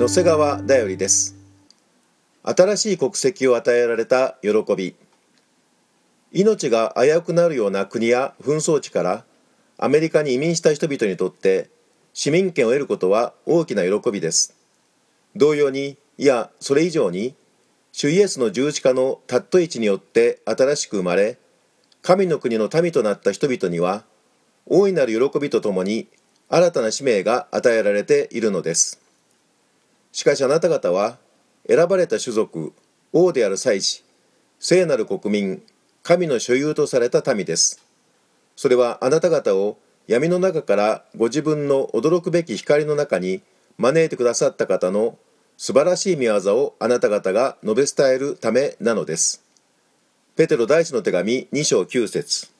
野瀬川だよりです。新しい国籍を与えられた喜び。命が危うくなるような国や紛争地からアメリカに移民した人々にとって市民権を得ることは大きな喜びです。同様に、いやそれ以上に、主イエスの十字架の尊い血によって新しく生まれ、神の国の民となった人々には、大いなる喜びとともに新たな使命が与えられているのです。しかしあなた方は、選ばれた種族、王である祭司、聖なる国民、神の所有とされた民です。それはあなた方を闇の中からご自分の驚くべき光の中に招いてくださった方の素晴らしい御業をあなた方が述べ伝えるためなのです。ペテロ第一の手紙2章9節。